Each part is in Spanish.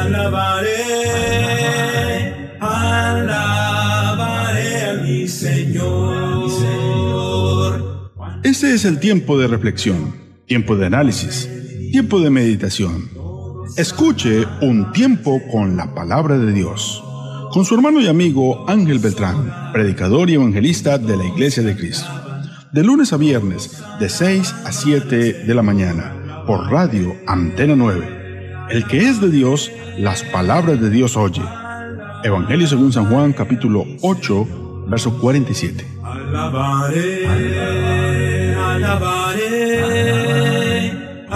alabaré a mi Señor. Este es el tiempo de reflexión, tiempo de análisis, tiempo de meditación. Escuche Un Tiempo con la Palabra de Dios, con su hermano y amigo Ángel Beltrán, predicador y evangelista de la Iglesia de Cristo. De lunes a viernes, de 6 a 7 de la mañana, por Radio Antena 9. El que es de Dios, las palabras de Dios oye. Evangelio según San Juan, capítulo 8, verso 47. Alabaré, alabaré,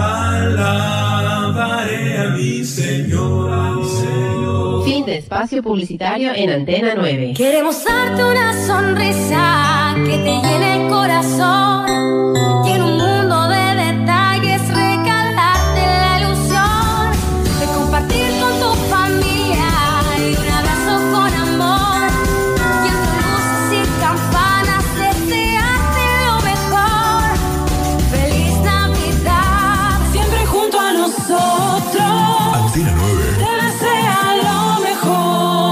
alabaré a mi Señor. Fin de espacio publicitario en Antena 9. Queremos darte una sonrisa que te llene el corazón y en un mundo de detalles regalarte la ilusión de compartir con tu familia y un abrazo con amor y entre luces y campanas desearte lo mejor. Feliz Navidad, siempre junto a nosotros. Antena 9. Te desea lo mejor.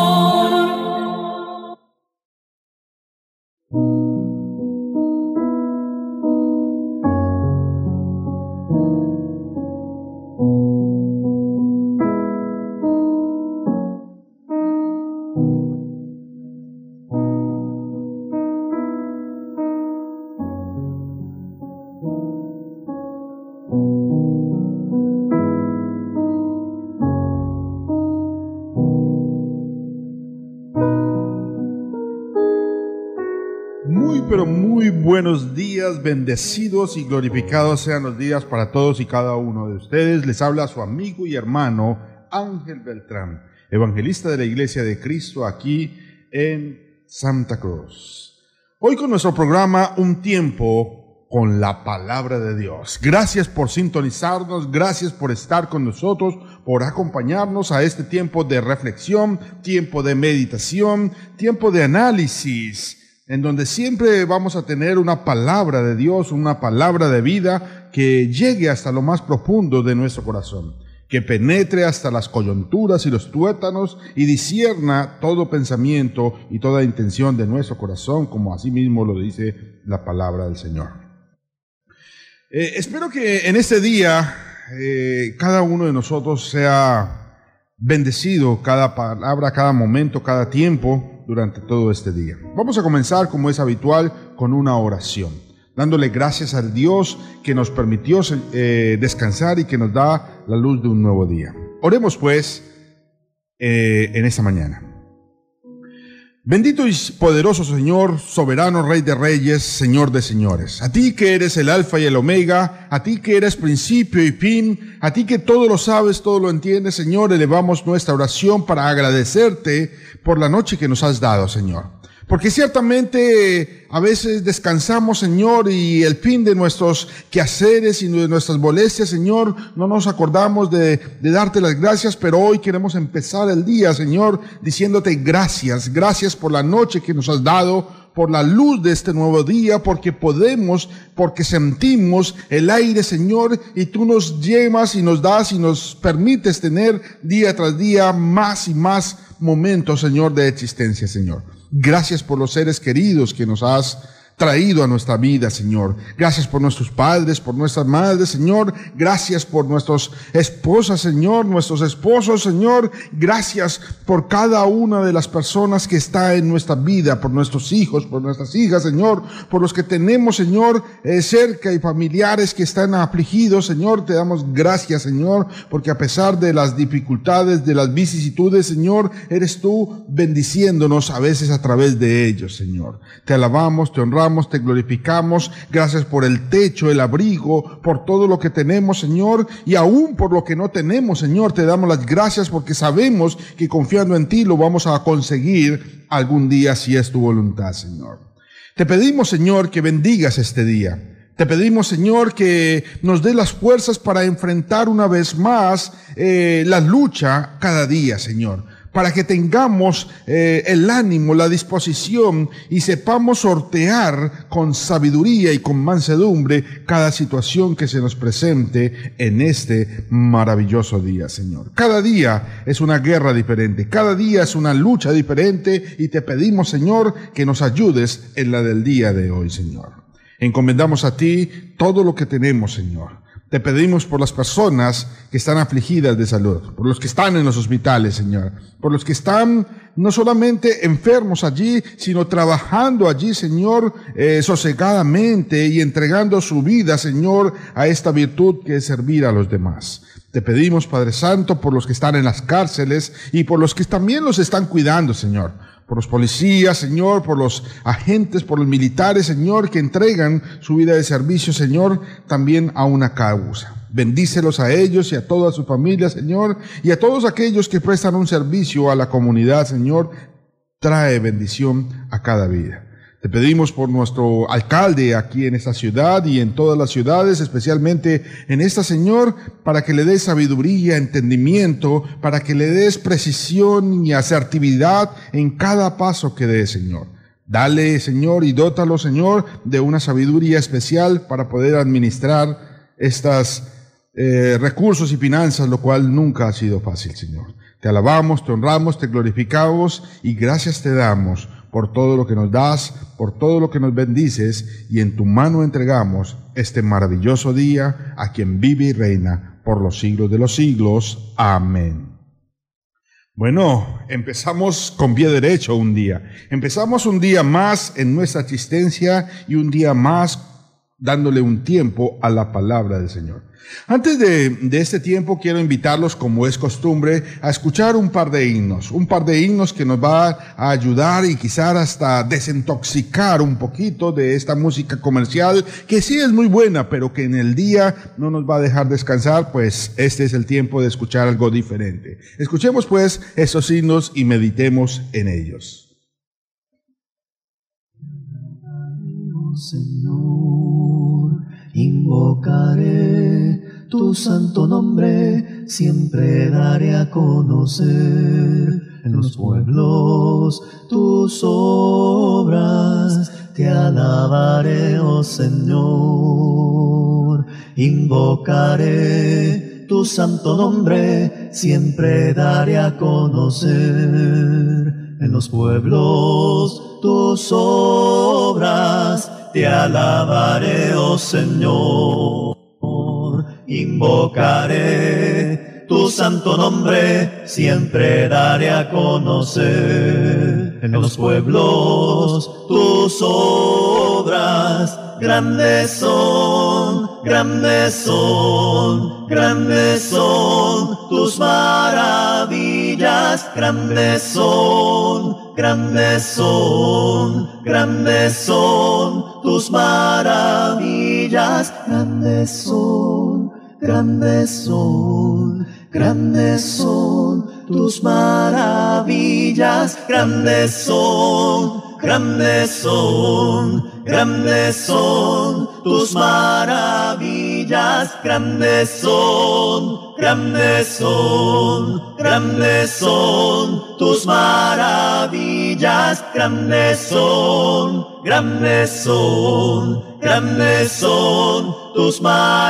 Pero muy buenos días, bendecidos y glorificados sean los días para todos y cada uno de ustedes. Les habla su amigo y hermano Ángel Beltrán, evangelista de la Iglesia de Cristo aquí en Santa Cruz. Hoy con nuestro programa Un Tiempo con la Palabra de Dios. Gracias por sintonizarnos, gracias por estar con nosotros, por acompañarnos a este tiempo de reflexión, tiempo de meditación, tiempo de análisis, en donde siempre vamos a tener una palabra de Dios, una palabra de vida que llegue hasta lo más profundo de nuestro corazón, que penetre hasta las coyunturas y los tuétanos y discierna todo pensamiento y toda intención de nuestro corazón, como así mismo lo dice la palabra del Señor. Espero que en este día cada uno de nosotros sea bendecido, cada palabra, cada momento, cada tiempo, durante todo este día. Vamos a comenzar, como es habitual, con una oración, dándole gracias al Dios que nos permitió descansar y que nos da la luz de un nuevo día. Oremos pues en esta mañana. Bendito y poderoso Señor, soberano Rey de Reyes, Señor de Señores, a ti que eres el Alfa y el Omega, a ti que eres principio y fin, a ti que todo lo sabes, todo lo entiendes, Señor, elevamos nuestra oración para agradecerte por la noche que nos has dado, Señor. Porque ciertamente a veces descansamos, Señor, y el fin de nuestros quehaceres y de nuestras molestias, Señor, no nos acordamos de darte las gracias, pero hoy queremos empezar el día, Señor, diciéndote gracias. Gracias por la noche que nos has dado, por la luz de este nuevo día, porque podemos, porque sentimos el aire, Señor, y tú nos llevas y nos das y nos permites tener día tras día más y más momentos, Señor, de existencia, Señor. Gracias por los seres queridos que nos has traído a nuestra vida, Señor. Gracias por nuestros padres, por nuestras madres, Señor. Gracias por nuestras esposas, Señor, nuestros esposos, Señor. Gracias por cada una de las personas que está en nuestra vida, por nuestros hijos, por nuestras hijas, Señor, por los que tenemos, Señor, cerca y familiares que están afligidos, Señor. Te damos gracias, Señor, porque a pesar de las dificultades, de las vicisitudes, Señor, eres tú bendiciéndonos a veces a través de ellos, Señor. Te alabamos, te honramos, te glorificamos. Gracias por el techo, el abrigo, por todo lo que tenemos, Señor, y aún por lo que no tenemos, Señor, te damos las gracias porque sabemos que confiando en ti lo vamos a conseguir algún día si es tu voluntad, Señor. Te pedimos, Señor, que bendigas este día. Te pedimos, Señor, que nos dé las fuerzas para enfrentar una vez más la lucha cada día, Señor. para que tengamos el ánimo, la disposición y sepamos sortear con sabiduría y con mansedumbre cada situación que se nos presente en este maravilloso día, Señor. Cada día es una guerra diferente, cada día es una lucha diferente y te pedimos, Señor, que nos ayudes en la del día de hoy, Señor. Encomendamos a ti todo lo que tenemos, Señor. Te pedimos por las personas que están afligidas de salud, por los que están en los hospitales, Señor, por los que están no solamente enfermos allí, sino trabajando allí, Señor, sosegadamente y entregando su vida, Señor, a esta virtud que es servir a los demás. Te pedimos, Padre Santo, por los que están en las cárceles y por los que también los están cuidando, Señor. Por los policías, Señor, por los agentes, por los militares, Señor, que entregan su vida de servicio, Señor, también a una causa. Bendícelos a ellos y a toda su familia, Señor, y a todos aquellos que prestan un servicio a la comunidad, Señor. Trae bendición a cada vida. Te pedimos por nuestro alcalde aquí en esta ciudad y en todas las ciudades, especialmente en esta, Señor, para que le des sabiduría, entendimiento, para que le des precisión y asertividad en cada paso que dé, Señor. Dale, Señor, y dótalo, Señor, de una sabiduría especial para poder administrar estos recursos y finanzas, lo cual nunca ha sido fácil, Señor. Te alabamos, te honramos, te glorificamos y gracias te damos por todo lo que nos das, por todo lo que nos bendices, y en tu mano entregamos este maravilloso día a quien vive y reina por los siglos de los siglos. Amén. Bueno, empezamos con pie derecho un día. Empezamos un día más en nuestra existencia y un día más dándole un tiempo a la palabra del Señor. Antes de este tiempo quiero invitarlos, como es costumbre, a escuchar un par de himnos que nos va a ayudar y quizás hasta desintoxicar un poquito de esta música comercial, que sí es muy buena, pero que en el día no nos va a dejar descansar, pues este es el tiempo de escuchar algo diferente. Escuchemos pues esos himnos y meditemos en ellos. Señor, invocaré tu santo nombre, siempre daré a conocer en los pueblos tus obras, te alabaré, oh Señor. Invocaré tu santo nombre, siempre daré a conocer en los pueblos tus obras, te alabaré, oh Señor. Invocaré tu santo nombre, siempre daré a conocer en los pueblos tus obras. Grandes son, grandes son, grandes son tus maravillas. Grandes son, grandes son, grandes son tus maravillas. Grandes son, grandes son, grandes son tus maravillas. Grandes son, grandes son, grandes son tus maravillas. Grandes son, grandes son, grandes son tus maravillas. Grandes son, grandes son, grandes son tus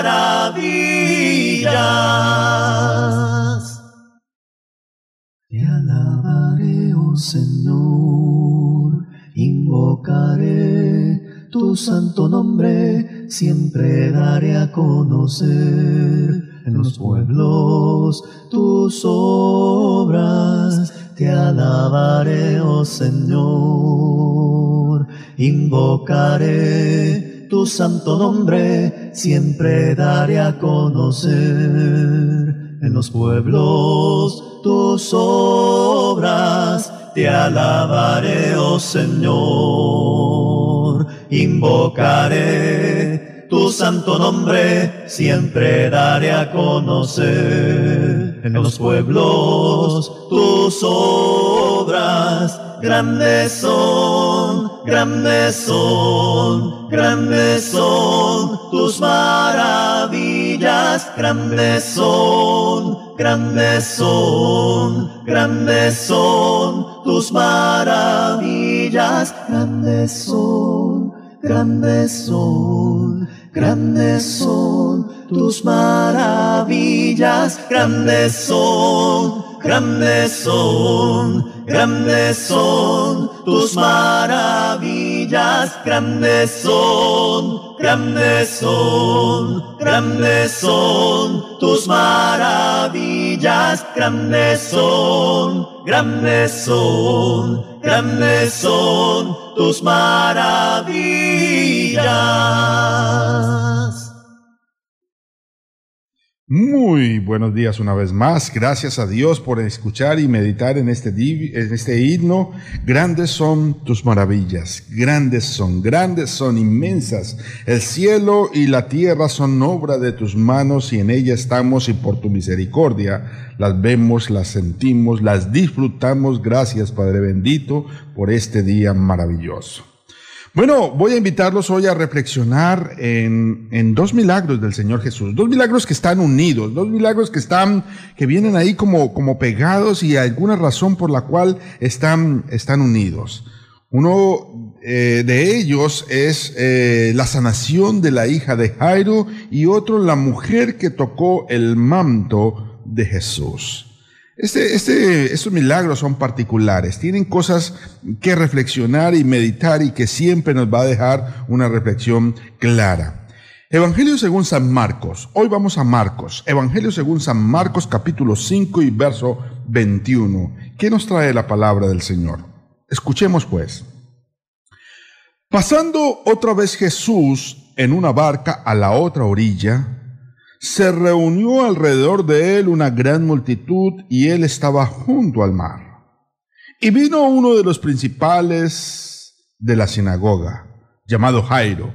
maravillas. Te alabaré, oh Señor, invocaré tu santo nombre, siempre daré a conocer en los pueblos tus obras. Te alabaré, oh Señor, invocaré tu santo nombre, siempre daré a conocer en los pueblos tus obras. Te alabaré, oh Señor. Invocaré tu santo nombre, siempre daré a conocer en los pueblos tus obras. Grandes son, grandes son, grandes son tus maravillas. Grandes son, grandes son tus maravillas, grandes son tus maravillas, grandes son tus maravillas, grandes son tus maravillas, grandes son tus maravillas. Muy buenos días una vez más. Gracias a Dios por escuchar y meditar en este himno. Grandes son tus maravillas, grandes son, inmensas. El cielo y la tierra son obra de tus manos y en ella estamos y por tu misericordia las vemos, las sentimos, las disfrutamos. Gracias, Padre bendito, por este día maravilloso. Bueno, voy a invitarlos hoy a reflexionar en dos milagros del Señor Jesús, dos milagros que están unidos, dos milagros que vienen ahí como pegados y alguna razón por la cual están unidos. Uno de ellos es la sanación de la hija de Jairo y otro la mujer que tocó el manto de Jesús. Estos milagros son particulares, tienen cosas que reflexionar y meditar y que siempre nos va a dejar una reflexión clara. Evangelio según San Marcos. Hoy vamos a Marcos. Evangelio según San Marcos, capítulo 5 y verso 21. ¿Qué nos trae la palabra del Señor? Escuchemos pues. Pasando otra vez Jesús en una barca a la otra orilla, se reunió alrededor de él una gran multitud y él estaba junto al mar. Y vino uno de los principales de la sinagoga, llamado Jairo.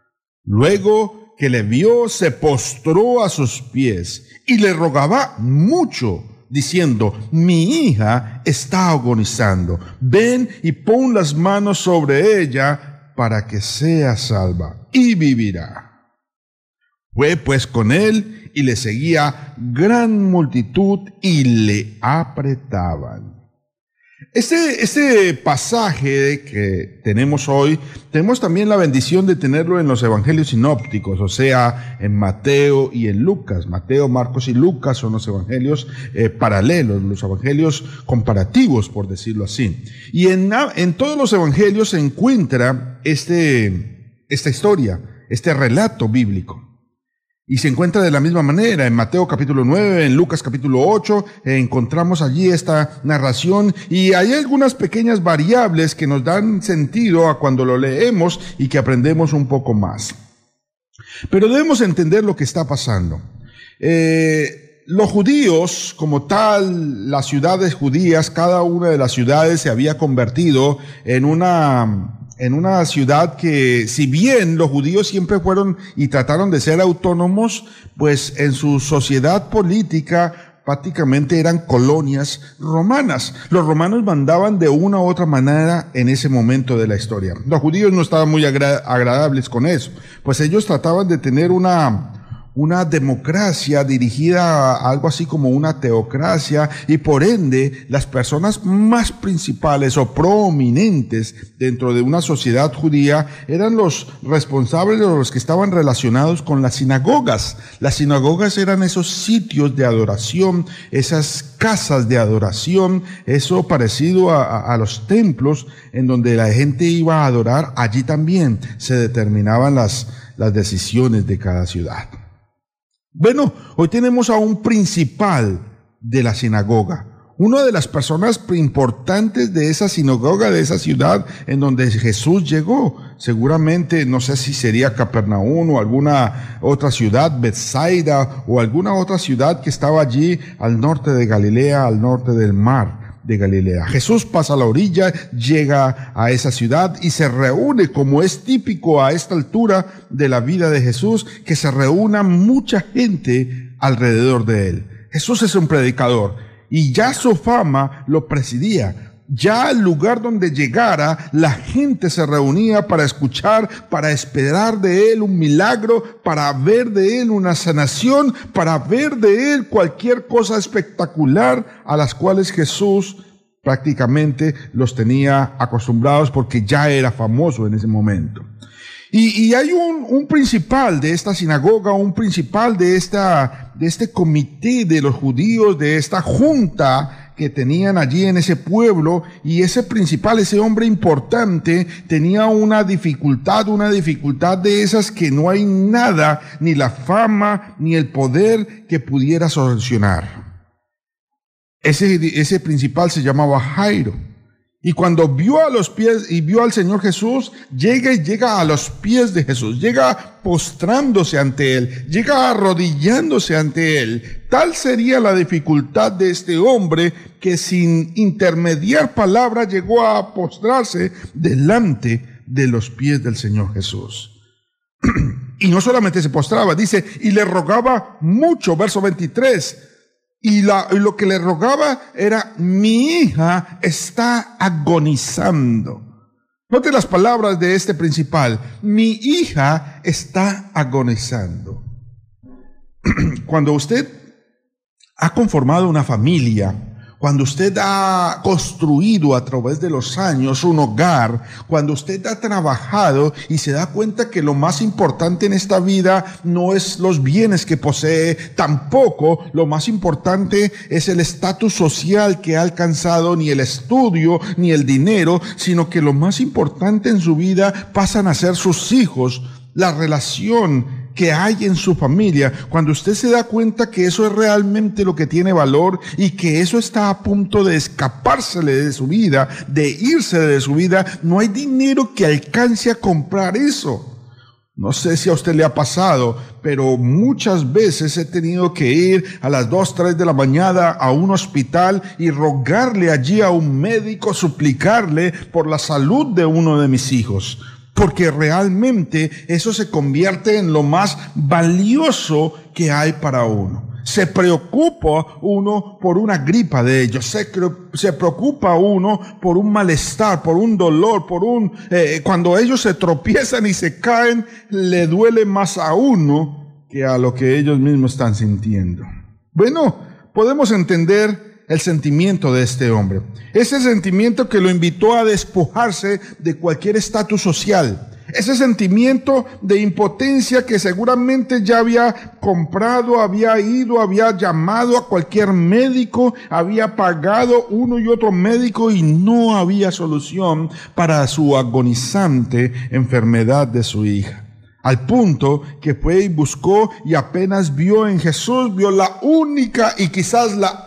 Luego que le vio, se postró a sus pies y le rogaba mucho, diciendo: mi hija está agonizando. Ven y pon las manos sobre ella para que sea salva y vivirá. Fue pues con él y le seguía gran multitud y le apretaban. Este pasaje que tenemos hoy, tenemos también la bendición de tenerlo en los evangelios sinópticos, o sea, en Mateo y en Lucas. Mateo, Marcos y Lucas son los evangelios paralelos, los evangelios comparativos, por decirlo así. Y en todos los evangelios se encuentra esta historia, este relato bíblico. Y se encuentra de la misma manera en Mateo capítulo 9, en Lucas capítulo 8, encontramos allí esta narración y hay algunas pequeñas variables que nos dan sentido a cuando lo leemos y que aprendemos un poco más. Pero debemos entender lo que está pasando. Los judíos, como tal, las ciudades judías, cada una de las ciudades se había convertido en una ciudad que, si bien los judíos siempre fueron y trataron de ser autónomos, pues en su sociedad política prácticamente eran colonias romanas. Los romanos mandaban de una u otra manera en ese momento de la historia. Los judíos no estaban muy agradables con eso, pues ellos trataban de tener una democracia dirigida a algo así como una teocracia y por ende las personas más principales o prominentes dentro de una sociedad judía eran los responsables o los que estaban relacionados con las sinagogas. Las sinagogas eran esos sitios de adoración, esas casas de adoración, eso parecido a los templos en donde la gente iba a adorar. Allí también se determinaban las decisiones de cada ciudad. Bueno, hoy tenemos a un principal de la sinagoga, una de las personas importantes de esa sinagoga, de esa ciudad en donde Jesús llegó. Seguramente, no sé si sería Capernaum o alguna otra ciudad, Betsaida o alguna otra ciudad que estaba allí al norte de Galilea, al norte del mar de Galilea. Jesús pasa a la orilla, llega a esa ciudad y se reúne, como es típico a esta altura de la vida de Jesús, que se reúna mucha gente alrededor de él. Jesús es un predicador y ya su fama lo presidía. Ya al lugar donde llegara, la gente se reunía para escuchar, para esperar de él un milagro, para ver de él una sanación, para ver de él cualquier cosa espectacular a las cuales Jesús prácticamente los tenía acostumbrados porque ya era famoso en ese momento. Y hay un principal de esta sinagoga, un principal de este comité de los judíos, de esta junta que tenían allí en ese pueblo, y ese principal, ese hombre importante, tenía una dificultad de esas que no hay nada, ni la fama, ni el poder que pudiera solucionar. Ese principal se llamaba Jairo. Y cuando vio a los pies y vio al Señor Jesús, llega a los pies de Jesús, llega postrándose ante él, llega arrodillándose ante él. Tal sería la dificultad de este hombre que sin intermediar palabra llegó a postrarse delante de los pies del Señor Jesús. Y no solamente se postraba, dice, y le rogaba mucho, verso 23. Y lo que le rogaba era: mi hija está agonizando. Note las palabras de este principal: mi hija está agonizando. Cuando usted ha conformado una familia, cuando usted ha construido a través de los años un hogar, cuando usted ha trabajado y se da cuenta que lo más importante en esta vida no es los bienes que posee, tampoco lo más importante es el estatus social que ha alcanzado, ni el estudio, ni el dinero, sino que lo más importante en su vida pasan a ser sus hijos, la relación que hay en su familia. Cuando usted se da cuenta que eso es realmente lo que tiene valor y que eso está a punto de escapársele de su vida, de irse de su vida, no hay dinero que alcance a comprar eso. No sé si a usted le ha pasado, pero muchas veces he tenido que ir a las 2, 3 de la mañana a un hospital y rogarle allí a un médico, suplicarle por la salud de uno de mis hijos. Porque realmente eso se convierte en lo más valioso que hay para uno. Se preocupa uno por una gripa de ellos, se preocupa uno por un malestar, por un dolor, cuando ellos se tropiezan y se caen, le duele más a uno que a lo que ellos mismos están sintiendo. Bueno, podemos entender el sentimiento de este hombre. Ese sentimiento que lo invitó a despojarse de cualquier estatus social. Ese sentimiento de impotencia que seguramente ya había comprado, había ido, había llamado a cualquier médico, había pagado uno y otro médico y no había solución para su agonizante enfermedad de su hija. Al punto que fue y buscó y apenas vio en Jesús, vio la única y quizás la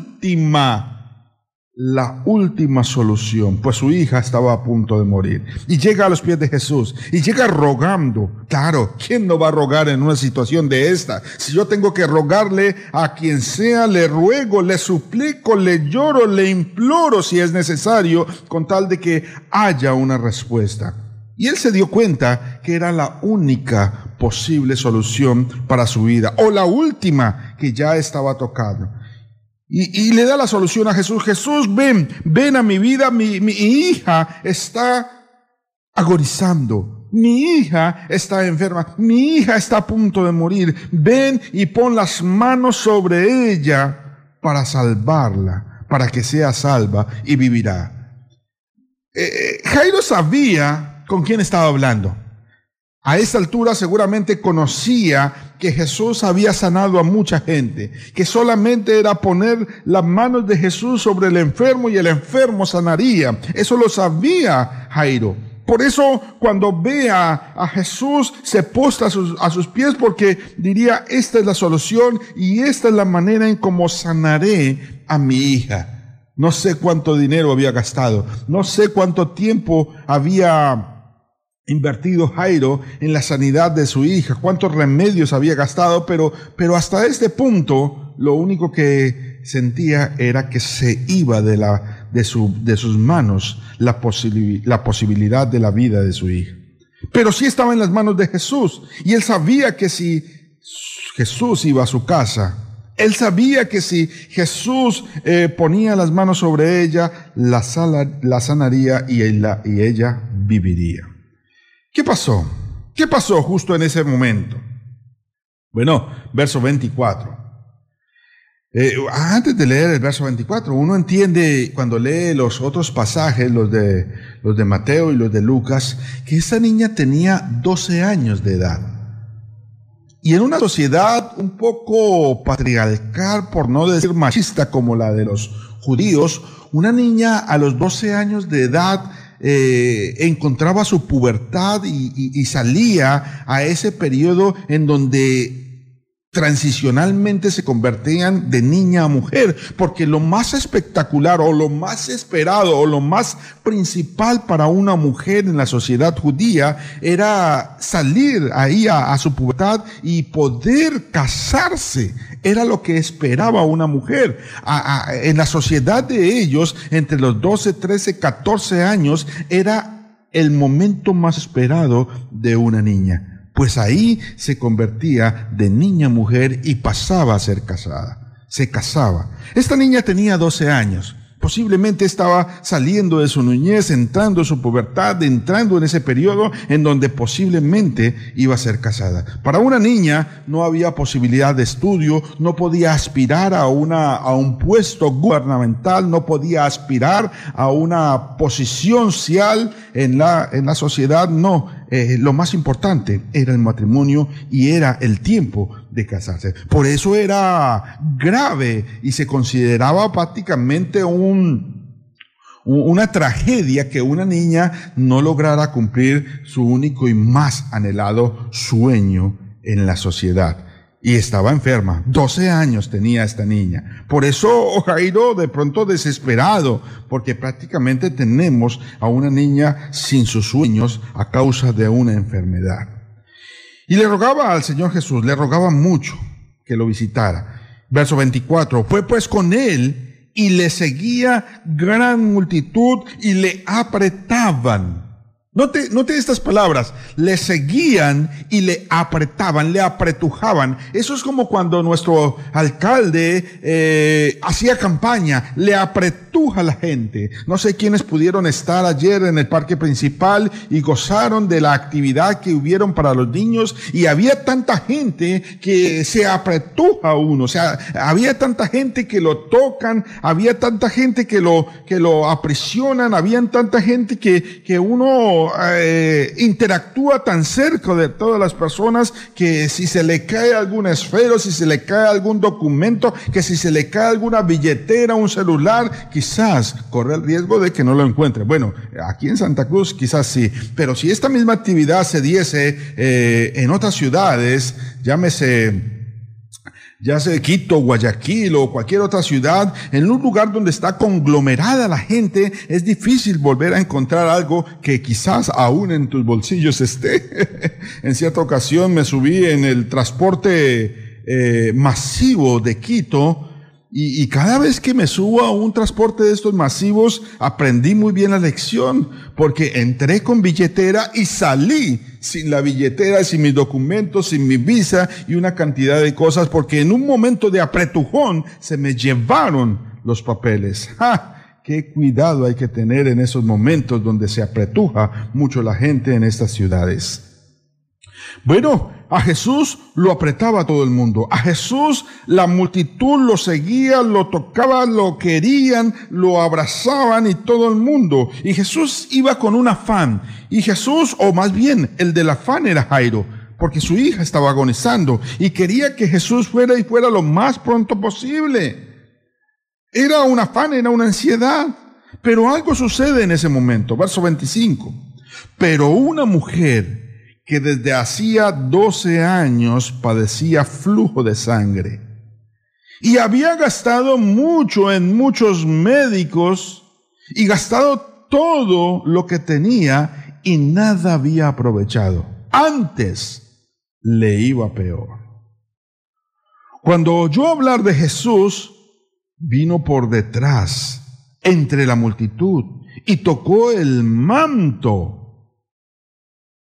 última solución, pues su hija estaba a punto de morir. Y llega a los pies de Jesús y llega rogando. Claro, ¿quién no va a rogar en una situación de esta? Si yo tengo que rogarle a quien sea, le ruego, le suplico, le lloro, le imploro si es necesario, con tal de que haya una respuesta. Y él se dio cuenta que era la única posible solución para su vida, o la última que ya estaba tocando. Y le da la solución a Jesús. Jesús, ven a mi vida, mi hija está agonizando. Mi hija está enferma, mi hija está a punto de morir. Ven y pon las manos sobre ella para salvarla, para que sea salva y vivirá. Jairo sabía con quién estaba hablando. A esta altura seguramente conocía que Jesús había sanado a mucha gente, que solamente era poner las manos de Jesús sobre el enfermo y el enfermo sanaría. Eso lo sabía Jairo. Por eso cuando ve a Jesús se postra a sus pies, porque diría: esta es la solución y esta es la manera en cómo sanaré a mi hija. No sé cuánto dinero había gastado, no sé cuánto tiempo había invertido Jairo en la sanidad de su hija, cuántos remedios había gastado, pero hasta este punto lo único que sentía era que se iba de sus manos la posibilidad de la vida de su hija. Pero sí estaba en las manos de Jesús, y él sabía que si Jesús iba a su casa, Él sabía que si Jesús ponía las manos sobre ella, la sanaría y ella viviría. ¿Qué pasó? ¿Qué pasó justo en ese momento? Bueno, verso 24. Antes de leer el verso 24, uno entiende cuando lee los otros pasajes, los de Mateo y los de Lucas, que esa niña tenía 12 años de edad. Y en una sociedad un poco patriarcal, por no decir machista como la de los judíos, una niña a los 12 años de edad encontraba su pubertad y salía a ese periodo en donde transicionalmente se convertían de niña a mujer, porque lo más espectacular o lo más esperado o lo más principal para una mujer en la sociedad judía era salir ahí a su pubertad y poder casarse. Era lo que esperaba una mujer. En la sociedad de ellos, entre los 12, 13, 14 años, era el momento más esperado de una niña. Pues ahí se convertía de niña a mujer y pasaba a ser casada. Se casaba. Esta niña tenía 12 años. Posiblemente estaba saliendo de su niñez, entrando en su pubertad, entrando en ese periodo en donde posiblemente iba a ser casada. Para una niña no había posibilidad de estudio, no podía aspirar a un puesto gubernamental, no podía aspirar a una posición social en la sociedad, no. Lo más importante era el matrimonio y era el tiempo de casarse. Por eso era grave y se consideraba prácticamente una tragedia que una niña no lograra cumplir su único y más anhelado sueño en la sociedad. Y estaba enferma. 12 años tenía esta niña. Por eso Jairo de pronto desesperado, porque prácticamente tenemos a una niña sin sus sueños a causa de una enfermedad. Y le rogaba al Señor Jesús, le rogaba mucho que lo visitara. Verso 24, fue pues con él y le seguía gran multitud y le apretaban. Note estas palabras, le seguían y le apretaban, le apretujaban. Eso es como cuando nuestro alcalde hacía campaña, le apretuja a la gente. No sé quiénes pudieron estar ayer en el parque principal y gozaron de la actividad que hubieron para los niños, y había tanta gente que se apretuja a uno, o sea, había tanta gente que lo tocan, había tanta gente que lo aprisionan, había tanta gente que uno interactúa tan cerca de todas las personas que si se le cae algún esfero, si se le cae algún documento, que si se le cae alguna billetera, un celular, quizás corre el riesgo de que no lo encuentre. Bueno, aquí en Santa Cruz quizás sí, pero si esta misma actividad se diese en otras ciudades, llámese Quito, Guayaquil o cualquier otra ciudad, en un lugar donde está conglomerada la gente, es difícil volver a encontrar algo que quizás aún en tus bolsillos esté. En cierta ocasión me subí en el transporte masivo de Quito, y cada vez que me subo a un transporte de estos masivos, aprendí muy bien la lección, porque entré con billetera y salí sin la billetera, sin mis documentos, sin mi visa y una cantidad de cosas, porque en un momento de apretujón se me llevaron los papeles. ¡Ja! ¡Qué cuidado hay que tener en esos momentos donde se apretuja mucho la gente en estas ciudades! Bueno, a Jesús lo apretaba todo el mundo. A Jesús la multitud lo seguía, lo tocaba, lo querían, lo abrazaban y todo el mundo. Y Jesús iba con un afán. Y Jesús, o más bien el del afán era Jairo, porque su hija estaba agonizando y quería que Jesús fuera lo más pronto posible. Era un afán, era una ansiedad. Pero algo sucede en ese momento. Verso 25. Pero una mujer que desde hacía 12 años padecía flujo de sangre y había gastado mucho en muchos médicos y gastado todo lo que tenía y nada había aprovechado. Antes le iba peor. Cuando oyó hablar de Jesús, vino por detrás, entre la multitud, y tocó el manto,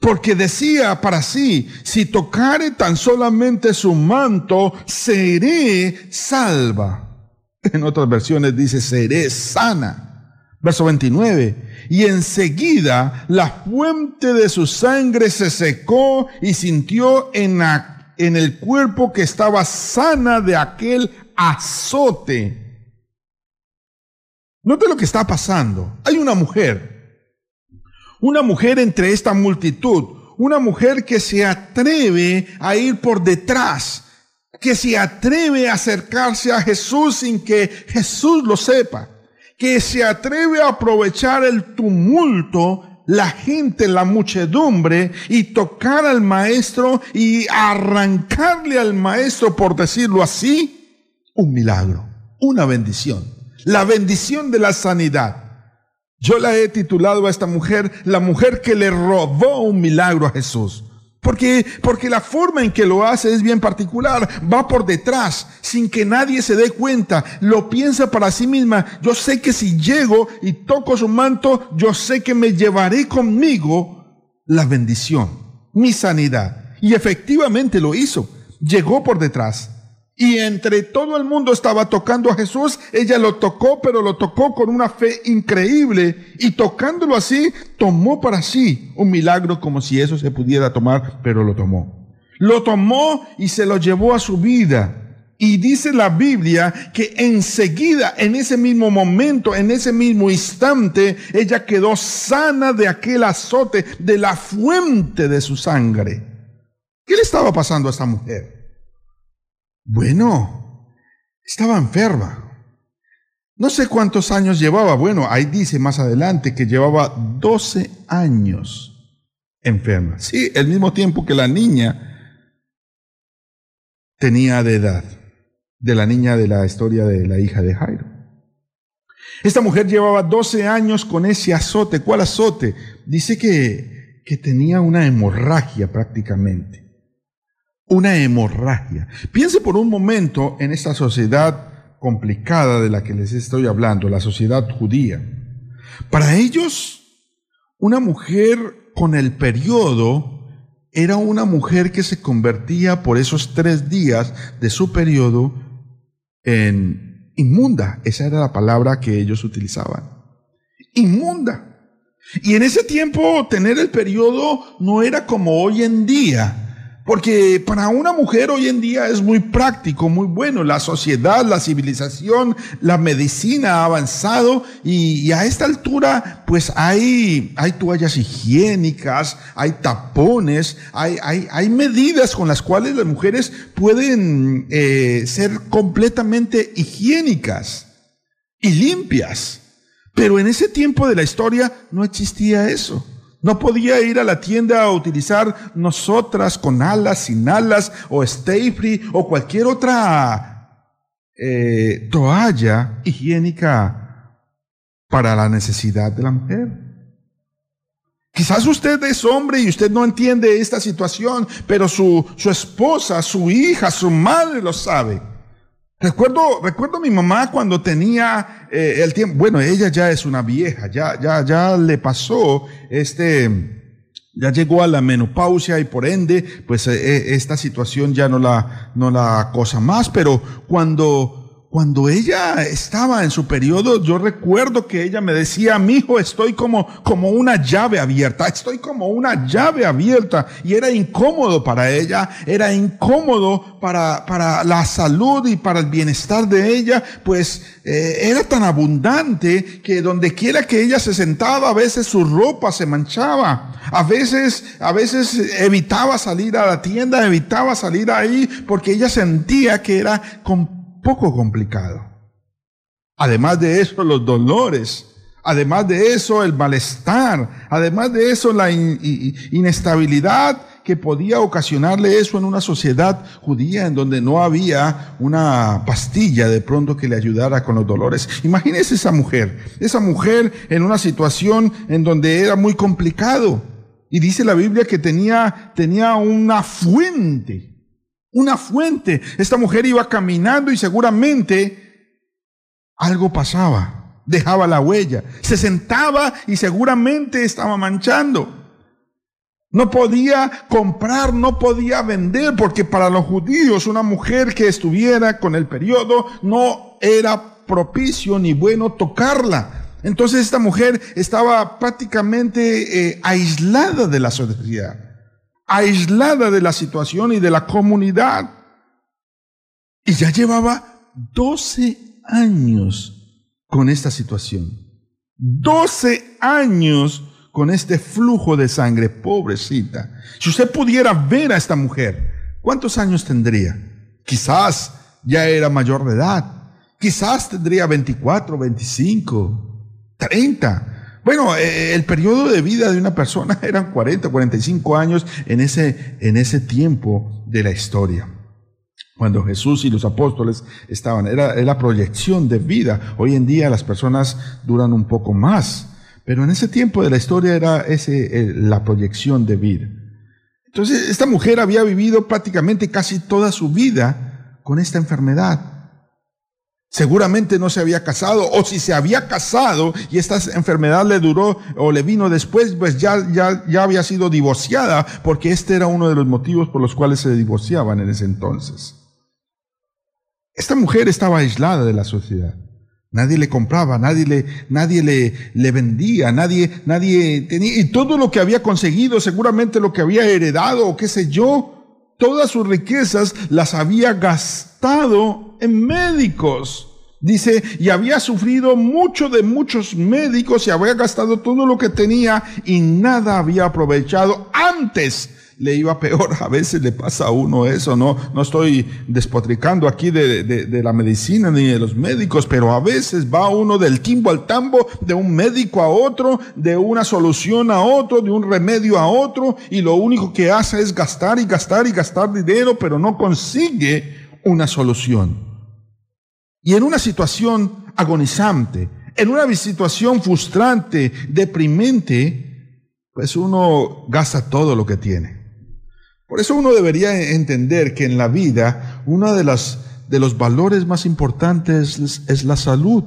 porque decía para sí, si tocare tan solamente su manto, seré salva. En otras versiones dice, seré sana. Verso 29, y enseguida la fuente de su sangre se secó y sintió en el cuerpo que estaba sana de aquel azote. Note lo que está pasando. Hay una mujer entre esta multitud, una mujer que se atreve a ir por detrás, que se atreve a acercarse a Jesús sin que Jesús lo sepa, que se atreve a aprovechar el tumulto, la gente, la muchedumbre, y tocar al maestro y arrancarle al maestro, por decirlo así, un milagro, una bendición, la bendición de la sanidad. Yo la he titulado a esta mujer, la mujer que le robó un milagro a Jesús. Porque la forma en que lo hace es bien particular. Va por detrás, sin que nadie se dé cuenta. Lo piensa para sí misma. Yo sé que si llego y toco su manto, yo sé que me llevaré conmigo la bendición, mi sanidad. Y efectivamente lo hizo. Llegó por detrás. Y entre todo el mundo estaba tocando a Jesús. Ella lo tocó, pero lo tocó con una fe increíble. Y tocándolo así, tomó para sí un milagro, como si eso se pudiera tomar, pero lo tomó. Lo tomó y se lo llevó a su vida. Y dice la Biblia que enseguida, en ese mismo momento, en ese mismo instante, ella quedó sana de aquel azote, de la fuente de su sangre. ¿Qué le estaba pasando a esta mujer? Bueno, estaba enferma. No sé cuántos años llevaba. Bueno, ahí dice más adelante que llevaba 12 años enferma. Sí, el mismo tiempo que la niña tenía de edad, de la niña de la historia de la hija de Jairo. Esta mujer llevaba 12 años con ese azote. ¿Cuál azote? Dice que tenía una hemorragia prácticamente. Una hemorragia. Piense por un momento en esta sociedad complicada de la que les estoy hablando, la sociedad judía. Para ellos, una mujer con el periodo era una mujer que se convertía por esos 3 días de su periodo en inmunda. Esa era la palabra que ellos utilizaban. Inmunda. Y en ese tiempo tener el periodo no era como hoy en día. Porque para una mujer hoy en día es muy práctico, muy bueno. La sociedad, la civilización, la medicina ha avanzado y a esta altura pues hay toallas higiénicas, hay tapones, hay medidas con las cuales las mujeres pueden ser completamente higiénicas y limpias. Pero en ese tiempo de la historia no existía eso. No podía ir a la tienda a utilizar nosotras con alas, sin alas, o stay free, o cualquier otra toalla higiénica para la necesidad de la mujer. Quizás usted es hombre y usted no entiende esta situación, pero su esposa, su hija, su madre lo sabe. Recuerdo a mi mamá cuando tenía el tiempo. Bueno, ella ya es una vieja, ya le pasó ya llegó a la menopausia y por ende, pues esta situación ya no la acosa más. Pero cuando ella estaba en su periodo, yo recuerdo que ella me decía: mijo, estoy como una llave abierta, y era incómodo para ella, era incómodo para la salud y para el bienestar de ella, pues era tan abundante que donde quiera que ella se sentaba, a veces su ropa se manchaba, a veces evitaba salir a la tienda, evitaba salir ahí, porque ella sentía que era poco complicado. Además de eso, los dolores, además de eso, el malestar, además de eso, la inestabilidad que podía ocasionarle eso en una sociedad judía en donde no había una pastilla de pronto que le ayudara con los dolores. Imagínese esa mujer en una situación en donde era muy complicado. Y dice la Biblia que tenía una fuente. Una fuente. Esta mujer iba caminando y seguramente algo pasaba. Dejaba la huella. Se sentaba y seguramente estaba manchando. No podía comprar, no podía vender, porque para los judíos una mujer que estuviera con el periodo no era propicio ni bueno tocarla. Entonces esta mujer estaba prácticamente aislada de la sociedad, aislada de la situación y de la comunidad. Y ya llevaba 12 años con esta situación. 12 años con este flujo de sangre, pobrecita. Si usted pudiera ver a esta mujer, ¿cuántos años tendría? Quizás ya era mayor de edad. Quizás tendría 24, 25, 30. Bueno, el periodo de vida de una persona eran 40, 45 años en ese tiempo de la historia. Cuando Jesús y los apóstoles estaban, era la proyección de vida. Hoy en día las personas duran un poco más, pero en ese tiempo de la historia era la proyección de vida. Entonces, esta mujer había vivido prácticamente casi toda su vida con esta enfermedad. Seguramente no se había casado, o si se había casado y esta enfermedad le duró o le vino después, pues ya había sido divorciada, porque este era uno de los motivos por los cuales se divorciaban en ese entonces. Esta mujer estaba aislada de la sociedad. Nadie le compraba, nadie le vendía, nadie tenía, y todo lo que había conseguido, seguramente lo que había heredado o qué sé yo, todas sus riquezas las había gastado en médicos. Dice, y había sufrido mucho de muchos médicos y había gastado todo lo que tenía y nada había aprovechado. Antes le iba peor. A veces le pasa a uno eso, no estoy despotricando aquí de la medicina ni de los médicos, pero a veces va uno del timbo al tambo, de un médico a otro, de una solución a otro, de un remedio a otro, y lo único que hace es gastar y gastar y gastar dinero, pero no consigue una solución. Y en una situación agonizante, en una situación frustrante, deprimente, pues uno gasta todo lo que tiene. Por eso uno debería entender que en la vida uno de los valores más importantes es la salud.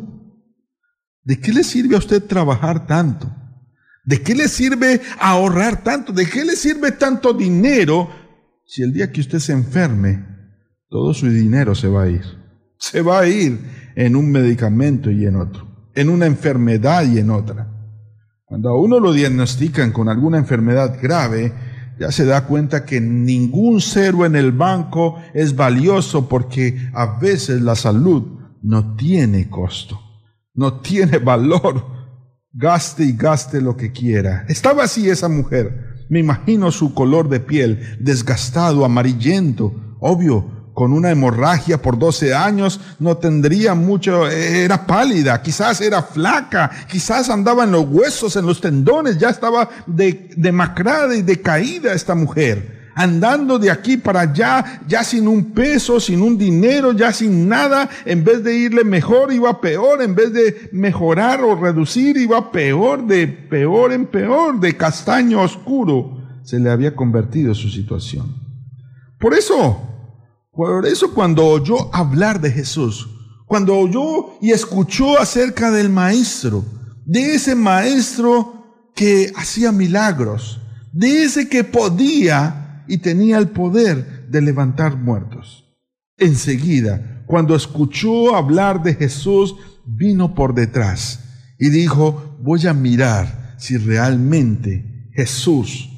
¿De qué le sirve a usted trabajar tanto? ¿De qué le sirve ahorrar tanto? ¿De qué le sirve tanto dinero si el día que usted se enferme, todo su dinero se va a ir? Se va a ir en un medicamento y en otro, en una enfermedad y en otra. Cuando a uno lo diagnostican con alguna enfermedad grave, ya se da cuenta que ningún cero en el banco es valioso, porque a veces la salud no tiene costo, no tiene valor. Gaste y gaste lo que quiera. Estaba así esa mujer. Me imagino su color de piel, desgastado, amarillento, obvio. Con una hemorragia por 12 años, no tendría mucho, era pálida, quizás era flaca, quizás andaba en los huesos, en los tendones, ya estaba demacrada y decaída esta mujer, andando de aquí para allá, ya sin un peso, sin un dinero, ya sin nada. En vez de irle mejor, iba peor. En vez de mejorar o reducir, iba peor, de peor en peor, de castaño oscuro se le había convertido su situación. Por eso cuando oyó hablar de Jesús, cuando oyó y escuchó acerca del Maestro, de ese Maestro que hacía milagros, de ese que podía y tenía el poder de levantar muertos, enseguida, cuando escuchó hablar de Jesús, vino por detrás y dijo: voy a mirar si realmente Jesús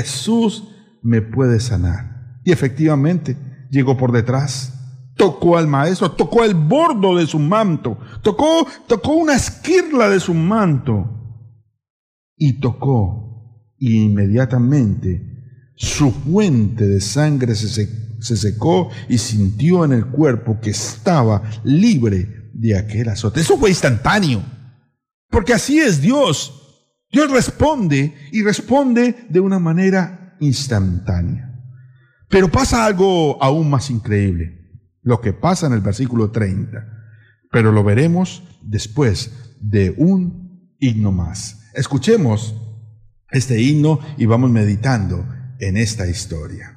me puede sanar. Y efectivamente, llegó por detrás, tocó al Maestro, tocó el bordo de su manto, tocó una esquirla de su manto, y tocó, y inmediatamente su fuente de sangre se secó y sintió en el cuerpo que estaba libre de aquel azote. Eso fue instantáneo, porque así es Dios. Dios responde, y responde de una manera instantánea. Pero pasa algo aún más increíble, lo que pasa en el versículo 30, pero lo veremos después de un himno más. Escuchemos este himno y vamos meditando en esta historia.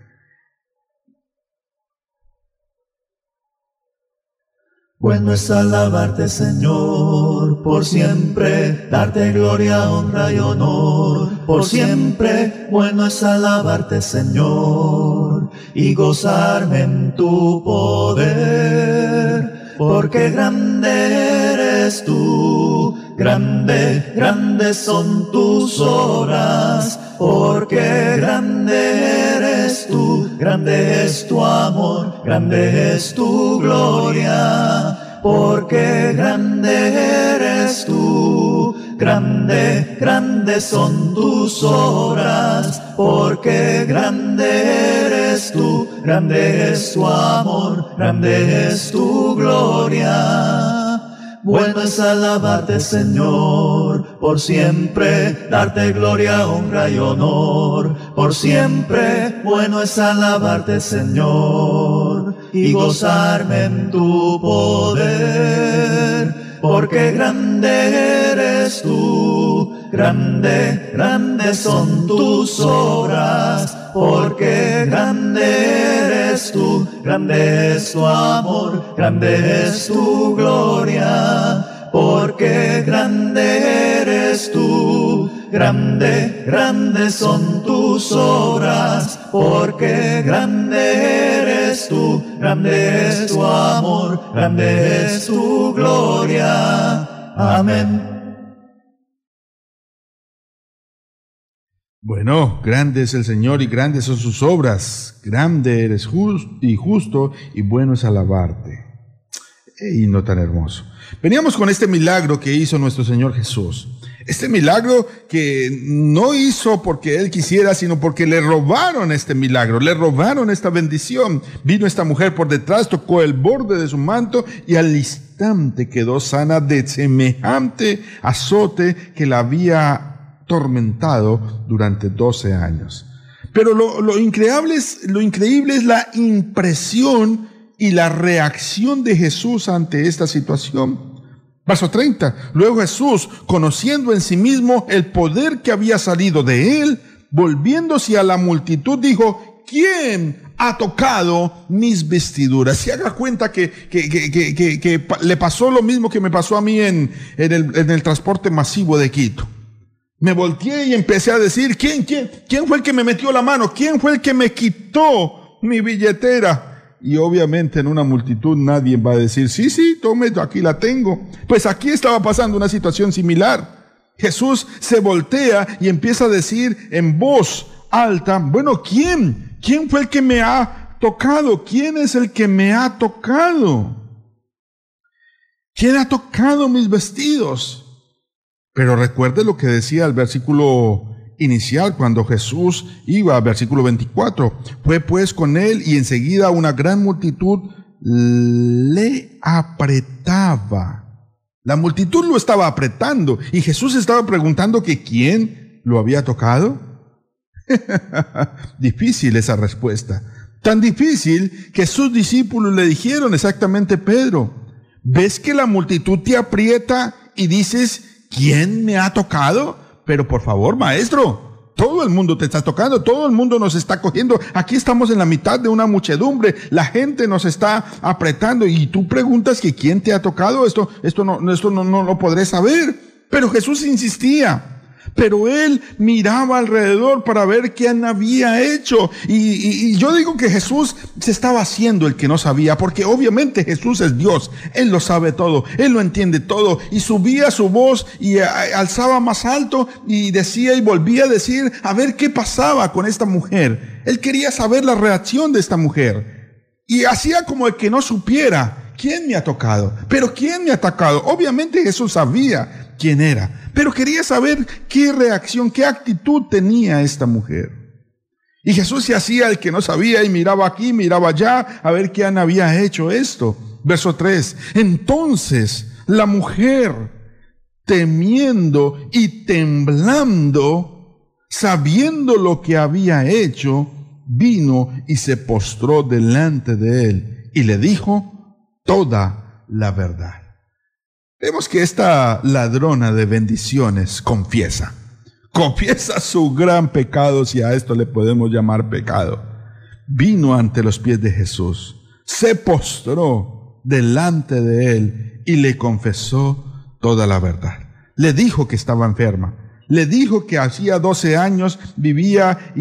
Bueno es alabarte, Señor, por siempre darte gloria, honra y honor, por siempre bueno es alabarte, Señor, y gozarme en tu poder, porque grande eres tú, grande, grandes son tus obras, porque grande eres tú, grande es tu amor, grande es tu gloria, porque grande eres tú, grande, grandes son tus obras, porque grande eres tú, grande es tu amor, grande es tu gloria. Bueno es alabarte, Señor, por siempre darte gloria, honra y honor, por siempre bueno es alabarte, Señor, y gozarme en tu poder, porque grande eres tú, grande, grandes son tus obras, porque grande eres tú, grande es tu amor, grande es tu gloria, porque grande eres tú, grande, grandes son tus obras, porque grande eres tú, grande es tu amor, grande es tu gloria. Amén. Bueno, grande es el Señor y grandes son sus obras. Grande eres justo y bueno es alabarte. Y no tan hermoso. Veníamos con este milagro que hizo nuestro Señor Jesús. Este milagro que no hizo porque Él quisiera, sino porque le robaron este milagro, le robaron esta bendición. Vino esta mujer por detrás, tocó el borde de su manto y al instante quedó sana de semejante azote que la había atormentado durante 12 años. Pero lo increíble es la impresión y la reacción de Jesús ante esta situación. Verso 30. Luego Jesús, conociendo en sí mismo el poder que había salido de él, volviéndose a la multitud, dijo: ¿quién ha tocado mis vestiduras? Se haga cuenta que le pasó lo mismo que me pasó a mí en el transporte masivo de Quito. Me volteé y empecé a decir: ¿Quién fue el que me metió la mano? ¿Quién fue el que me quitó mi billetera? Y obviamente en una multitud nadie va a decir: sí, tome, aquí la tengo. Pues aquí estaba pasando una situación similar. Jesús se voltea y empieza a decir en voz alta: bueno, ¿quién fue el que me ha tocado? ¿Quién es el que me ha tocado? ¿Quién ha tocado mis vestidos? Pero recuerde lo que decía el versículo inicial cuando Jesús iba, versículo 24. Fue pues con él y enseguida una gran multitud le apretaba. La multitud lo estaba apretando y Jesús estaba preguntando que quién lo había tocado. Difícil esa respuesta. Tan difícil que sus discípulos le dijeron exactamente: Pedro, ¿ves que la multitud te aprieta y dices: ¿quién me ha tocado? Pero por favor, maestro, todo el mundo te está tocando, todo el mundo nos está cogiendo. Aquí estamos en la mitad de una muchedumbre, la gente nos está apretando y tú preguntas que quién te ha tocado. Esto no lo podré saber. Pero Jesús insistía. Pero él miraba alrededor para ver quién había hecho. Y yo digo que Jesús se estaba haciendo el que no sabía, porque obviamente Jesús es Dios. Él lo sabe todo, Él lo entiende todo. Y subía su voz y alzaba más alto y decía y volvía a decir a ver qué pasaba con esta mujer. Él quería saber la reacción de esta mujer. Y hacía como el que no supiera quién me ha tocado. Pero quién me ha tocado. Obviamente Jesús sabía quién era. Pero quería saber qué reacción, qué actitud tenía esta mujer. Y Jesús se hacía el que no sabía y miraba aquí, miraba allá, a ver quién había hecho esto. Verso 3. Entonces la mujer, temiendo y temblando, sabiendo lo que había hecho, vino y se postró delante de él y le dijo toda la verdad. Vemos que esta ladrona de bendiciones confiesa su gran pecado, si a esto le podemos llamar pecado. Vino ante los pies de Jesús, se postró delante de él y le confesó toda la verdad. Le dijo que estaba enferma. Le dijo que hacía 12 años vivía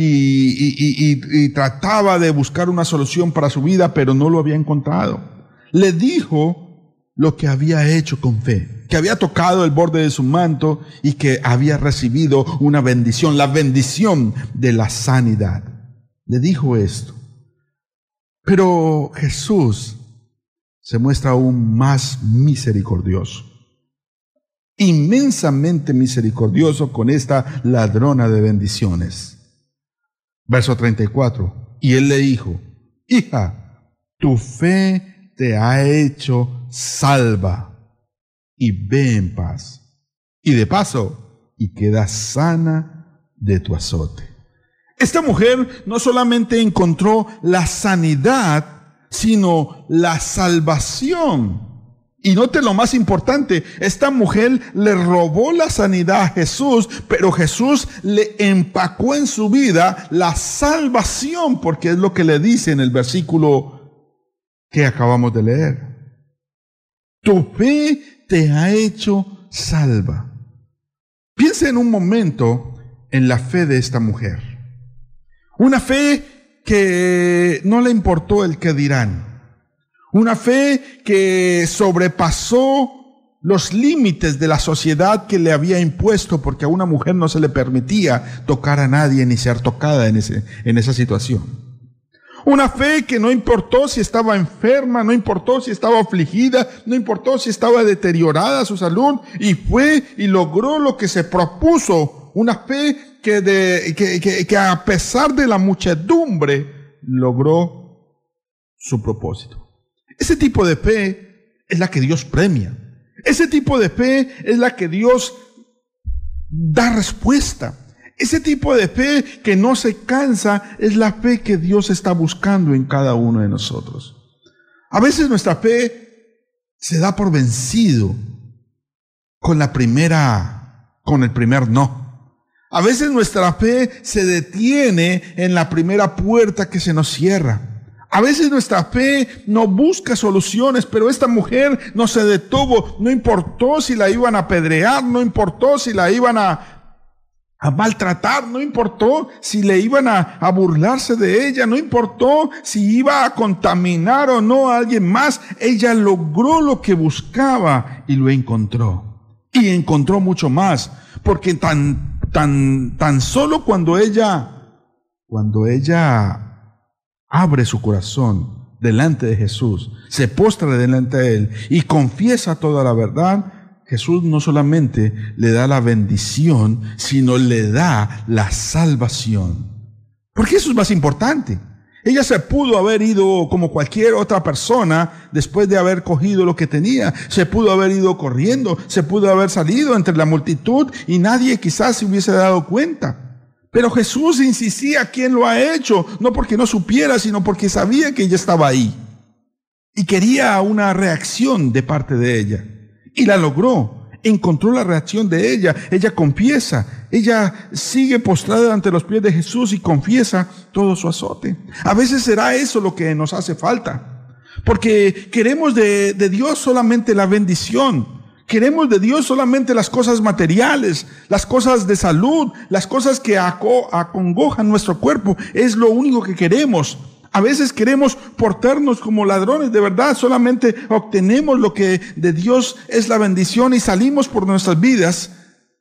y trataba de buscar una solución para su vida, pero no lo había encontrado. Le dijo lo que había hecho con fe, que había tocado el borde de su manto y que había recibido una bendición, la bendición de la sanidad. Le dijo esto. Pero Jesús se muestra aún más misericordioso, inmensamente misericordioso con esta ladrona de bendiciones. Verso 34. Y él le dijo: hija, tu fe te ha hecho salva, y ve en paz. Y de paso, y queda sana de tu azote. Esta mujer no solamente encontró la sanidad, sino la salvación. Y note lo más importante, esta mujer le robó la sanidad a Jesús, pero Jesús le empacó en su vida la salvación, porque es lo que le dice en el versículo que acabamos de leer. Tu fe te ha hecho salva. Piensa en un momento en la fe de esta mujer. Una fe que no le importó el qué dirán. Una fe que sobrepasó los límites de la sociedad que le había impuesto, porque a una mujer no se le permitía tocar a nadie ni ser tocada en esa situación. Una fe que no importó si estaba enferma, no importó si estaba afligida, no importó si estaba deteriorada su salud, y fue y logró lo que se propuso. Una fe que a pesar de la muchedumbre logró su propósito. Ese tipo de fe es la que Dios premia. Ese tipo de fe es la que Dios da respuesta. Ese tipo de fe que no se cansa es la fe que Dios está buscando en cada uno de nosotros. A veces nuestra fe se da por vencido con el primer no. A veces nuestra fe se detiene en la primera puerta que se nos cierra. A veces nuestra fe no busca soluciones, pero esta mujer no se detuvo. No importó si la iban a apedrear, no importó si la iban a maltratar, no importó si le iban a burlarse de ella, no importó si iba a contaminar o no a alguien más. Ella logró lo que buscaba y lo encontró. Y encontró mucho más, porque tan solo cuando ella abre su corazón delante de Jesús, se postra delante de Él y confiesa toda la verdad, Jesús no solamente le da la bendición, sino le da la salvación. Porque eso es más importante. Ella se pudo haber ido como cualquier otra persona después de haber cogido lo que tenía. Se pudo haber ido corriendo, se pudo haber salido entre la multitud y nadie quizás se hubiese dado cuenta. Pero Jesús insistía: ¿quién lo ha hecho? No porque no supiera, sino porque sabía que ella estaba ahí. Y quería una reacción de parte de ella. Y la logró. Encontró la reacción de ella. Ella confiesa. Ella sigue postrada ante los pies de Jesús y confiesa todo su azote. A veces será eso lo que nos hace falta. Porque queremos de Dios solamente la bendición. Queremos de Dios solamente las cosas materiales, las cosas de salud, las cosas que acongojan nuestro cuerpo. Es lo único que queremos. A veces queremos portarnos como ladrones, de verdad. Solamente obtenemos lo que de Dios es la bendición y salimos por nuestras vidas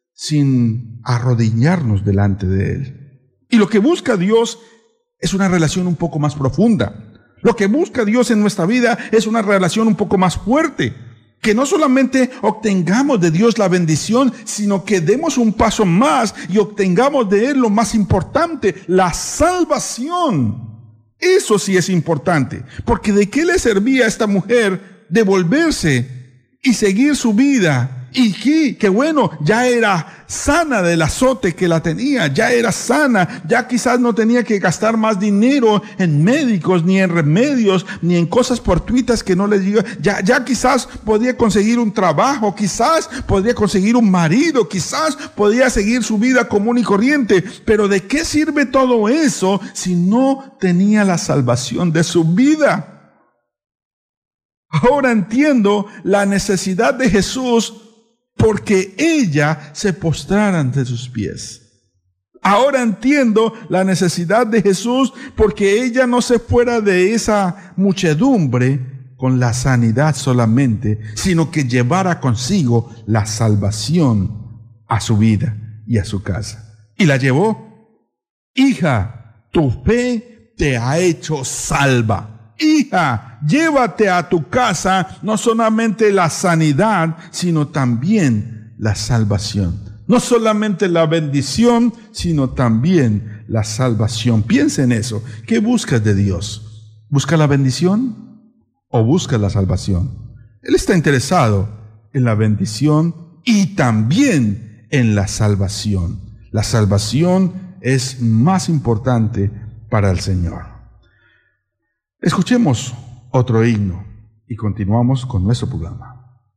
sin arrodillarnos delante de Él. Y lo que busca Dios es una relación un poco más profunda. Lo que busca Dios en nuestra vida es una relación un poco más fuerte. Que no solamente obtengamos de Dios la bendición, sino que demos un paso más y obtengamos de Él lo más importante, la salvación. Eso sí es importante, porque ¿de qué le servía a esta mujer devolverse y seguir su vida? Y que bueno, ya era sana del azote que la tenía, ya era sana, ya quizás no tenía que gastar más dinero en médicos, ni en remedios, ni en cosas fortuitas que no le llegó. Ya quizás podía conseguir un trabajo, quizás podía conseguir un marido, quizás podía seguir su vida común y corriente. Pero ¿de qué sirve todo eso si no tenía la salvación de su vida? Ahora entiendo la necesidad de Jesús porque ella se postrara ante sus pies. Ahora entiendo la necesidad de Jesús, porque ella no se fuera de esa muchedumbre con la sanidad solamente, sino que llevara consigo la salvación a su vida y a su casa. Y la llevó. Hija, tu fe te ha hecho salva. Hija, llévate a tu casa no solamente la sanidad, sino también la salvación. No solamente la bendición, sino también la salvación. Piensa en eso. ¿Qué buscas de Dios? ¿Busca la bendición o busca la salvación? Él está interesado en la bendición y también en la salvación. La salvación es más importante para el Señor. Escuchemos otro himno y continuamos con nuestro programa.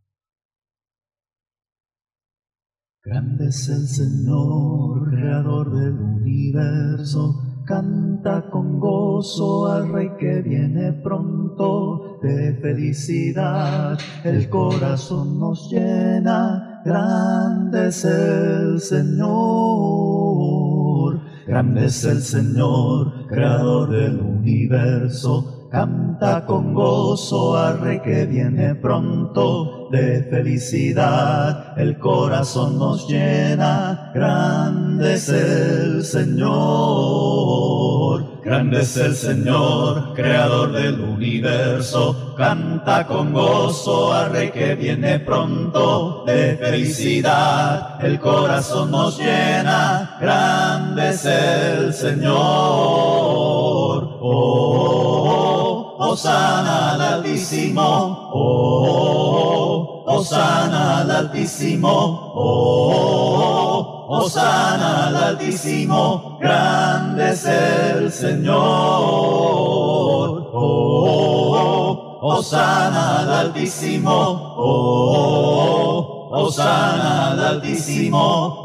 Grande es el Señor, creador del universo, canta con gozo al Rey que viene pronto. De felicidad el corazón nos llena, grande es el Señor. Grande es el Señor, creador del universo, canta con gozo al Rey que viene pronto. De felicidad el corazón nos llena, grande es el Señor. Grande es el Señor, creador del universo, canta con gozo al Rey que viene pronto. De felicidad el corazón nos llena, grande es el Señor. Hosana al Altísimo, Hosana al Altísimo, Hosana al Altísimo, grande es el Señor. Hosana al Altísimo, Hosana al Altísimo,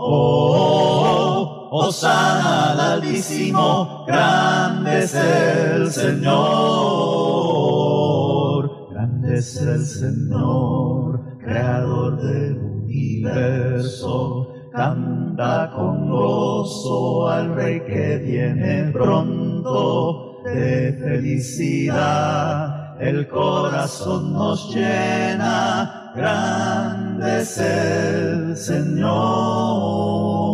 Hosana al Altísimo, grande es el Señor. Grande es el Señor, creador del universo, canta con gozo al Rey que viene pronto. De felicidad el corazón nos llena, grande es el Señor.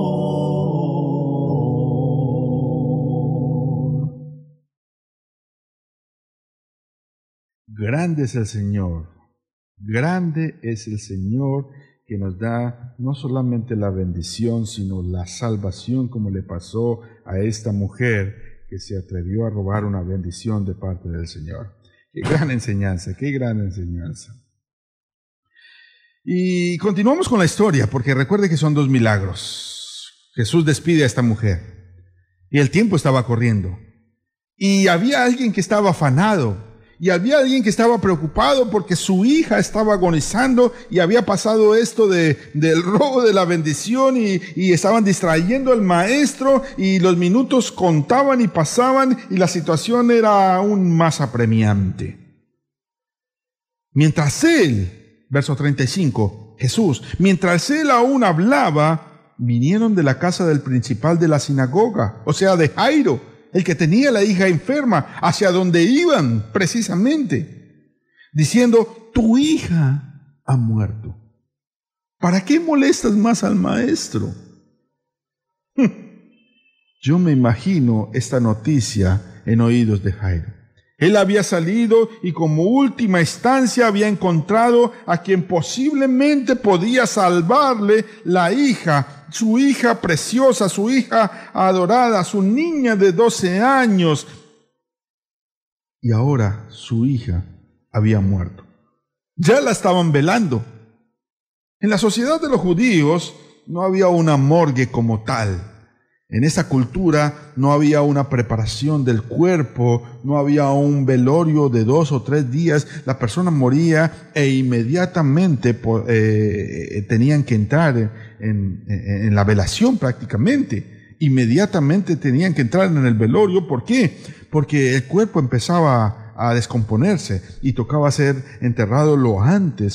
Grande es el Señor, grande es el Señor que nos da no solamente la bendición, sino la salvación, como le pasó a esta mujer que se atrevió a robar una bendición de parte del Señor. Qué gran enseñanza, qué gran enseñanza. Y continuamos con la historia, porque recuerde que son dos milagros. Jesús despide a esta mujer y el tiempo estaba corriendo. Y había alguien que estaba afanado. Y había alguien que estaba preocupado porque su hija estaba agonizando y había pasado esto del robo de la bendición y estaban distrayendo al maestro y los minutos contaban y pasaban y la situación era aún más apremiante. Mientras él, verso 35, Jesús, mientras él aún hablaba, vinieron de la casa del principal de la sinagoga, o sea, de Jairo, el que tenía la hija enferma, hacia donde iban precisamente, diciendo, tu hija ha muerto. ¿Para qué molestas más al maestro? Yo me imagino esta noticia en oídos de Jairo. Él había salido y como última instancia había encontrado a quien posiblemente podía salvarle la hija, su hija preciosa, su hija adorada, su niña de 12 años. Y ahora su hija había muerto. Ya la estaban velando. En la sociedad de los judíos no había una morgue como tal. En esa cultura no había una preparación del cuerpo, no había un velorio de 2 o 3 días. La persona moría e inmediatamente tenían que entrar en la velación prácticamente. Inmediatamente tenían que entrar en el velorio. ¿Por qué? Porque el cuerpo empezaba a descomponerse y tocaba ser enterrado lo antes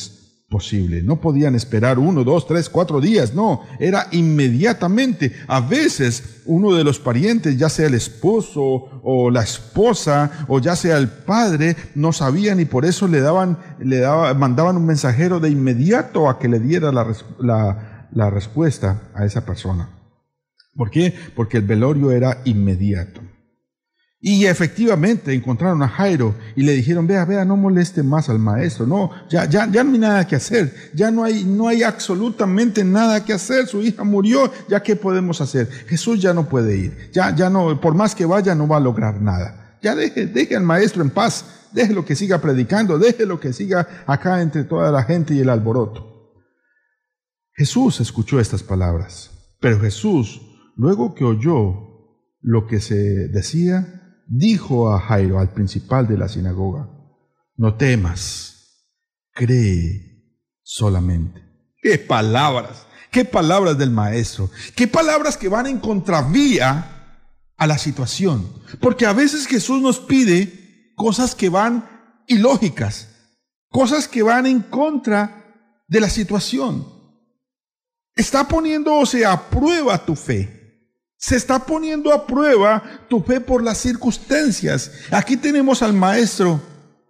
posible. No podían esperar 1, 2, 3, 4 días, no, era inmediatamente. A veces uno de los parientes, ya sea el esposo o la esposa o ya sea el padre, no sabían y por eso mandaban un mensajero de inmediato a que le diera la respuesta a esa persona. ¿Por qué? Porque el velorio era inmediato. Y efectivamente encontraron a Jairo y le dijeron, vea, no moleste más al maestro, no, ya no hay nada que hacer, ya no hay absolutamente nada que hacer, su hija murió, ya qué podemos hacer, Jesús ya no puede ir, ya no, por más que vaya no va a lograr nada, ya deje al maestro en paz, déjelo que siga predicando, déjelo que siga acá entre toda la gente y el alboroto. Jesús escuchó estas palabras, pero Jesús, luego que oyó lo que se decía, dijo a Jairo, al principal de la sinagoga, no temas, cree solamente. ¡Qué palabras del maestro! ¡Qué palabras que van en contravía a la situación! Porque a veces Jesús nos pide cosas que van ilógicas, cosas que van en contra de la situación. Está poniéndose a prueba tu fe. Se está poniendo a prueba tu fe por las circunstancias. Aquí tenemos al maestro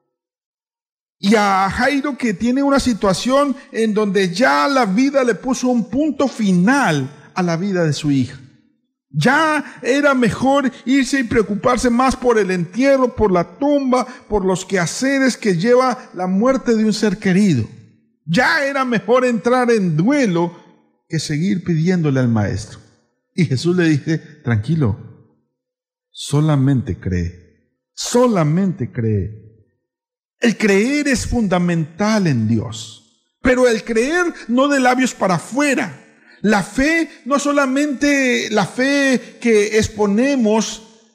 y a Jairo que tiene una situación en donde ya la vida le puso un punto final a la vida de su hija. Ya era mejor irse y preocuparse más por el entierro, por la tumba, por los quehaceres que lleva la muerte de un ser querido. Ya era mejor entrar en duelo que seguir pidiéndole al maestro. Y Jesús le dice, tranquilo, solamente cree, solamente cree. El creer es fundamental en Dios, pero el creer no de labios para afuera. La fe, no solamente la fe que exponemos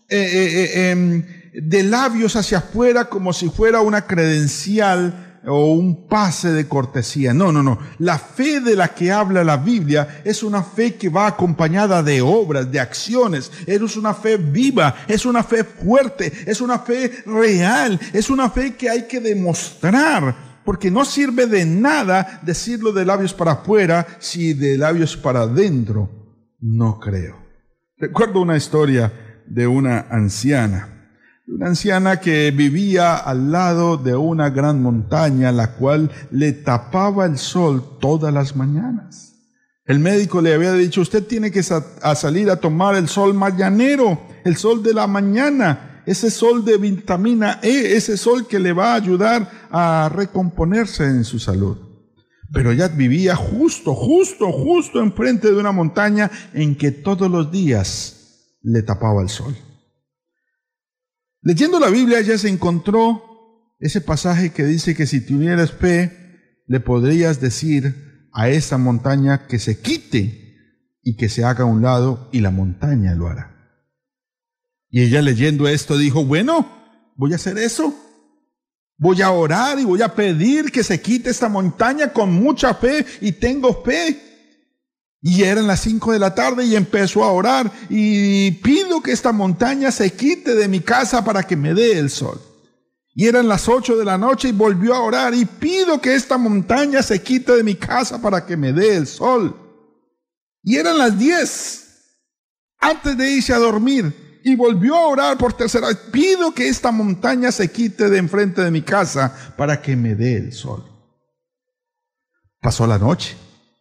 de labios hacia afuera como si fuera una credencial o un pase de cortesía. No. La fe de la que habla la Biblia es una fe que va acompañada de obras, de acciones. Es una fe viva, es una fe fuerte, es una fe real, es una fe que hay que demostrar, porque no sirve de nada decirlo de labios para afuera si de labios para adentro no creo. Recuerdo una historia de una anciana que vivía al lado de una gran montaña, la cual le tapaba el sol todas las mañanas. El médico le había dicho, usted tiene que salir a tomar el sol mañanero, el sol de la mañana, ese sol de vitamina E, ese sol que le va a ayudar a recomponerse en su salud. Pero ella vivía justo enfrente de una montaña en que todos los días le tapaba el sol. Leyendo la Biblia, ella se encontró ese pasaje que dice que si tuvieras fe, le podrías decir a esa montaña que se quite y que se haga a un lado, y la montaña lo hará. Y ella leyendo esto dijo, bueno, voy a hacer eso. Voy a orar y voy a pedir que se quite esta montaña con mucha fe, y tengo fe. Y eran las 5 de la tarde y empezó a orar y pido que esta montaña se quite de mi casa para que me dé el sol. Y eran las 8 de la noche y volvió a orar y pido que esta montaña se quite de mi casa para que me dé el sol. Y eran las 10 antes de irse a dormir y volvió a orar por tercera vez. Pido que esta montaña se quite de enfrente de mi casa para que me dé el sol. Pasó la noche.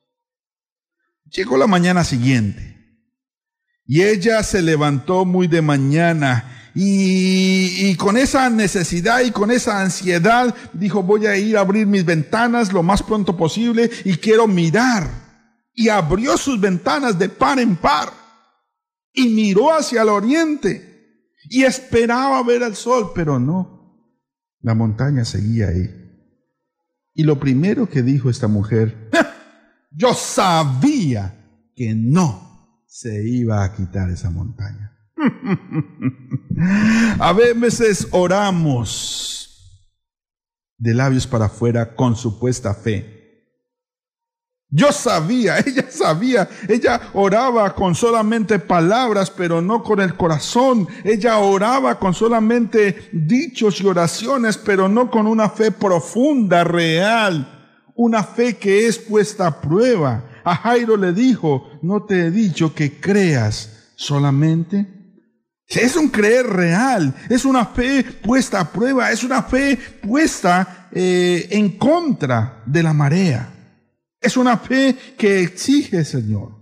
Llegó la mañana siguiente y ella se levantó muy de mañana y con esa necesidad y con esa ansiedad dijo, voy a ir a abrir mis ventanas lo más pronto posible y quiero mirar. Y abrió sus ventanas de par en par y miró hacia el oriente y esperaba ver el sol, pero no, la montaña seguía ahí. Y lo primero que dijo esta mujer, yo sabía que no se iba a quitar esa montaña. A veces oramos de labios para afuera con supuesta fe. Yo sabía, ella oraba con solamente palabras, pero no con el corazón. Ella oraba con solamente dichos y oraciones, pero no con una fe profunda, real. una fe que es puesta a prueba. A Jairo le dijo, ¿no te he dicho que creas solamente? Es un creer real, es una fe puesta a prueba, es una fe puesta en contra de la marea. Es una fe que exige, Señor.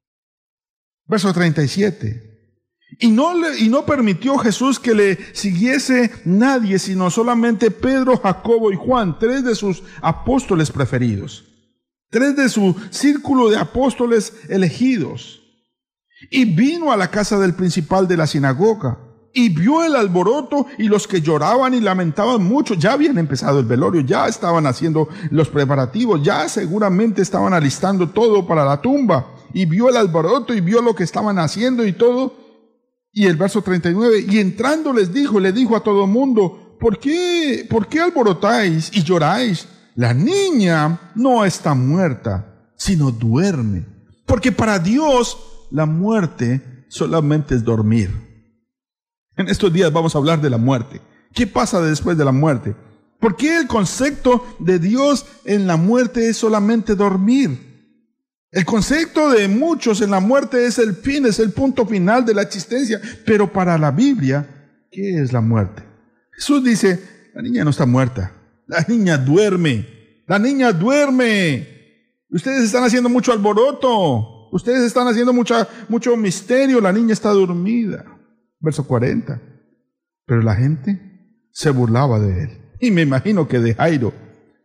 Verso 37. Y no permitió Jesús que le siguiese nadie, sino solamente Pedro, Jacobo y Juan, 3 de sus apóstoles preferidos, 3 de su círculo de apóstoles elegidos. Y vino a la casa del principal de la sinagoga, y vio el alboroto y los que lloraban y lamentaban mucho. Ya habían empezado el velorio, ya estaban haciendo los preparativos, ya seguramente estaban alistando todo para la tumba. Y vio el alboroto y vio lo que estaban haciendo y todo. Y el verso 39, y entrando le dijo a todo el mundo, ¿por qué alborotáis y lloráis? La niña no está muerta, sino duerme. Porque para Dios la muerte solamente es dormir. En estos días vamos a hablar de la muerte. ¿Qué pasa después de la muerte? ¿Por qué el concepto de Dios en la muerte es solamente dormir? El concepto de muchos en la muerte es el fin, es el punto final de la existencia. Pero para la Biblia, ¿qué es la muerte? Jesús dice, la niña no está muerta, la niña duerme, la niña duerme. Ustedes están haciendo mucho alboroto, ustedes están haciendo mucho misterio, la niña está dormida. Verso 40. Pero la gente se burlaba de él, y me imagino que de Jairo,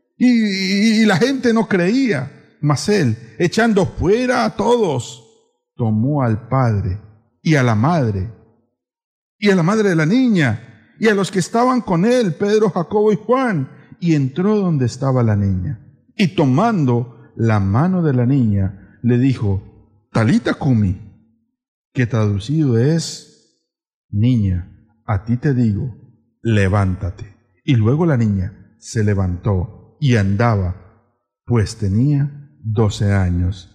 y la gente no creía. Mas él, echando fuera a todos, tomó al padre y a la madre de la niña, y a los que estaban con él, Pedro, Jacobo y Juan, y entró donde estaba la niña. Y tomando la mano de la niña, le dijo, Talita cumi, que traducido es, niña, a ti te digo, levántate. Y luego la niña se levantó y andaba, pues tenía 12 años,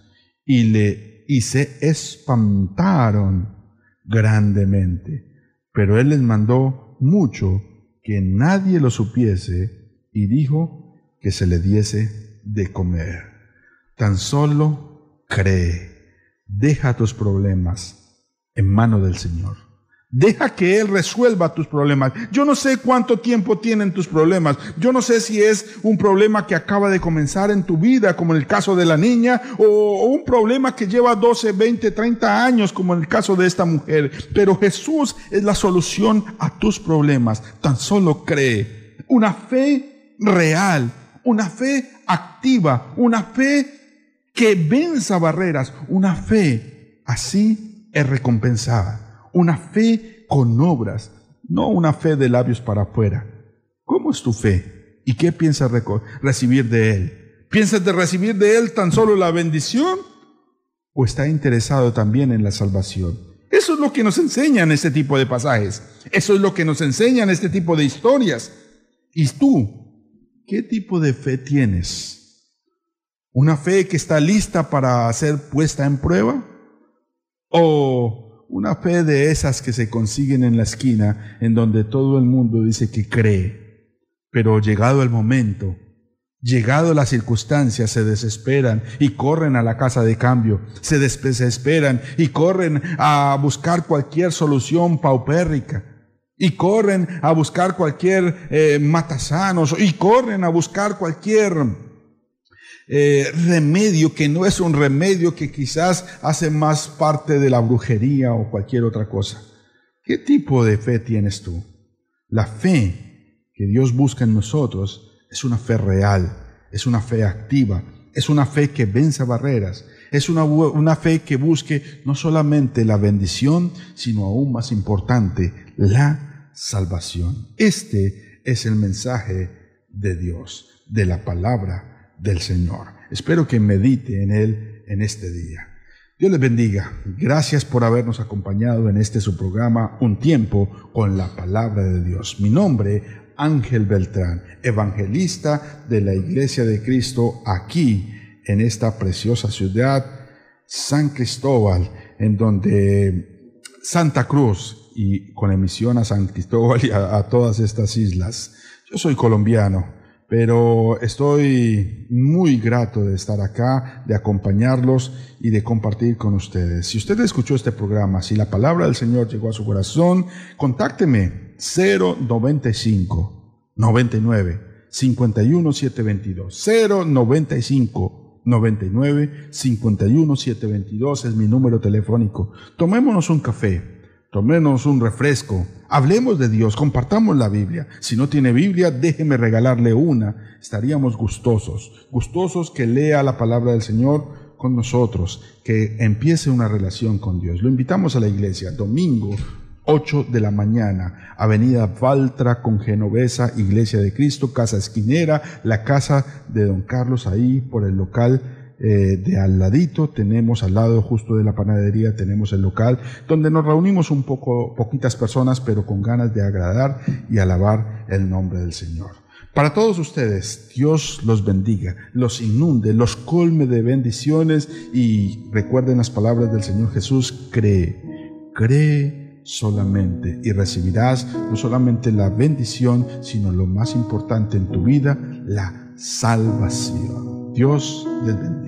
y se espantaron grandemente. Pero él les mandó mucho que nadie lo supiese, y dijo que se le diese de comer. Tan solo cree, deja tus problemas en mano del Señor. Deja que Él resuelva tus problemas. Yo no sé cuánto tiempo tienen tus problemas. Yo no sé si es un problema que acaba de comenzar en tu vida, como en el caso de la niña, o un problema que lleva 12, 20, 30 años, como en el caso de esta mujer. Pero Jesús es la solución a tus problemas. Tan solo cree. Una fe real, una fe activa, una fe que venza barreras, una fe así es recompensada. Una fe con obras, no una fe de labios para afuera. ¿Cómo es tu fe? ¿Y qué piensas recibir de Él? ¿Piensas de recibir de Él tan solo la bendición? ¿O está interesado también en la salvación? Eso es lo que nos enseñan este tipo de pasajes. Eso es lo que nos enseñan este tipo de historias. ¿Y tú? ¿Qué tipo de fe tienes? ¿Una fe que está lista para ser puesta en prueba? ¿O una fe de esas que se consiguen en la esquina, en donde todo el mundo dice que cree, pero llegado el momento, llegado la circunstancia, se desesperan y corren a la casa de cambio, se desesperan y corren a buscar cualquier solución paupérrica, y corren a buscar cualquier matasanos, y corren a buscar cualquier remedio que no es un remedio, que quizás hace más parte de la brujería o cualquier otra cosa. ¿Qué tipo de fe tienes tú? La fe que Dios busca en nosotros es una fe real, es una fe activa, es una fe que venza barreras, es una fe que busque no solamente la bendición, sino aún más importante, la salvación. Este es el mensaje de Dios, de la palabra del Señor. Espero que medite en Él en este día. Dios les bendiga. Gracias por habernos acompañado en este su programa, Un Tiempo con la Palabra de Dios. Mi nombre, Ángel Beltrán, evangelista de la Iglesia de Cristo aquí en esta preciosa ciudad, San Cristóbal, en donde Santa Cruz, y con emisión a San Cristóbal y a todas estas islas. Yo soy colombiano. pero estoy muy grato de estar acá, de acompañarlos y de compartir con ustedes. Si usted escuchó este programa, si la palabra del Señor llegó a su corazón, contácteme 095 99 51 722 095 99 51 722 es mi número telefónico. Tomémonos un café. Tomémonos un refresco, hablemos de Dios, compartamos la Biblia. Si no tiene Biblia, déjeme regalarle una. Estaríamos gustosos que lea la palabra del Señor con nosotros, que empiece una relación con Dios. Lo invitamos a la iglesia, domingo 8 de la mañana, Avenida Valtra con Genovesa, Iglesia de Cristo, Casa Esquinera, la casa de don Carlos, ahí por el local de al ladito. Tenemos al lado justo de la panadería, tenemos el local donde nos reunimos poquitas personas, pero con ganas de agradar y alabar el nombre del Señor. Para todos ustedes, Dios los bendiga, los inunde, los colme de bendiciones, y recuerden las palabras del Señor Jesús: cree solamente y recibirás no solamente la bendición, sino lo más importante en tu vida, la salvación. Dios les bendiga.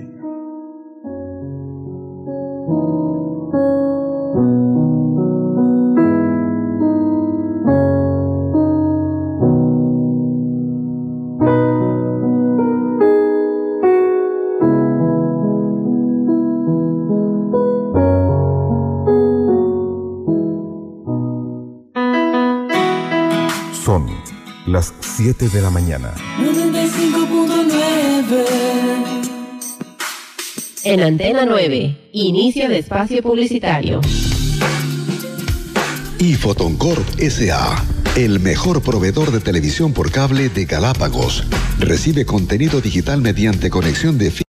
Son las 7 de la mañana. 95.9. En Antena 9, inicio de espacio publicitario. Y Fotoncorp S.A., el mejor proveedor de televisión por cable de Galápagos. Recibe contenido digital mediante conexión de